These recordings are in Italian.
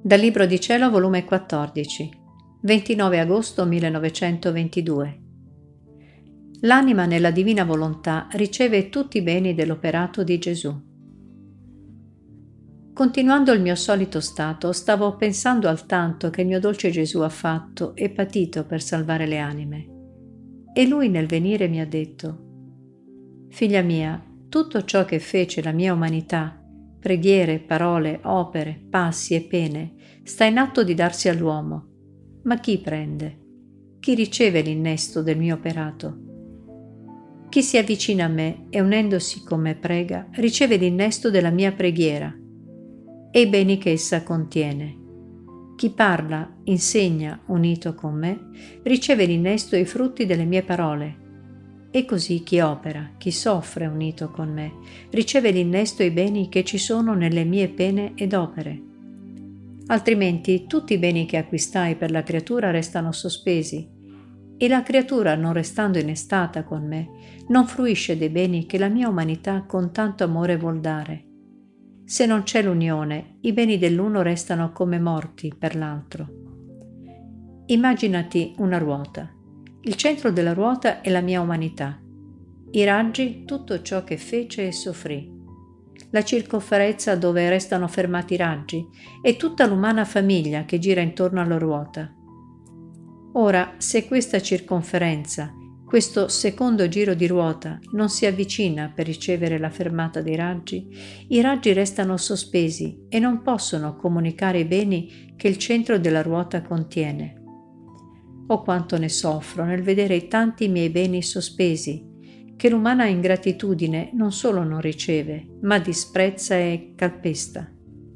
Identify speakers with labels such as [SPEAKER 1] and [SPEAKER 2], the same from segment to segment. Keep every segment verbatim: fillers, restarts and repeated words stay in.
[SPEAKER 1] Dal Libro di Cielo, volume quattordici, ventinove agosto millenovecentoventidue. L'anima nella divina volontà riceve tutti i beni dell'operato di Gesù. Continuando il mio solito stato, stavo pensando al tanto che il mio dolce Gesù ha fatto e patito per salvare le anime. E lui nel venire mi ha detto: «Figlia mia, tutto ciò che fece la mia umanità, preghiere, parole, opere, passi e pene, sta in atto di darsi all'uomo. Ma chi prende? Chi riceve l'innesto del mio operato? Chi si avvicina a me e unendosi con me prega, riceve l'innesto della mia preghiera e i beni che essa contiene. Chi parla, insegna, unito con me, riceve l'innesto e i frutti delle mie parole. E così chi opera, chi soffre unito con me, riceve l'innesto e i beni che ci sono nelle mie pene ed opere. Altrimenti tutti i beni che acquistai per la creatura restano sospesi, e la creatura, non restando innestata con me, non fruisce dei beni che la mia umanità con tanto amore vuol dare. Se non c'è l'unione, i beni dell'uno restano come morti per l'altro. Immaginati una ruota. Il centro della ruota è la mia umanità. I raggi, tutto ciò che fece e soffrì. La circonferenza dove restano fermati i raggi è tutta l'umana famiglia che gira intorno alla ruota. Ora, se questa circonferenza, questo secondo giro di ruota, non si avvicina per ricevere la fermata dei raggi, i raggi restano sospesi e non possono comunicare i beni che il centro della ruota contiene. Oh, quanto ne soffro nel vedere i tanti miei beni sospesi, che l'umana ingratitudine non solo non riceve, ma disprezza e calpesta.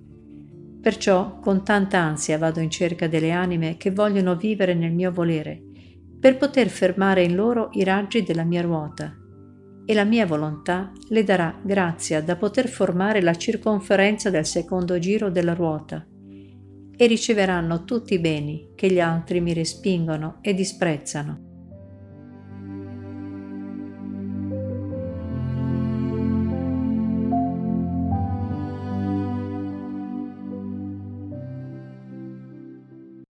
[SPEAKER 1] Perciò con tanta ansia vado in cerca delle anime che vogliono vivere nel mio volere, per poter fermare in loro i raggi della mia ruota, e la mia volontà le darà grazia da poter formare la circonferenza del secondo giro della ruota, e riceveranno tutti i beni che gli altri mi respingono e disprezzano.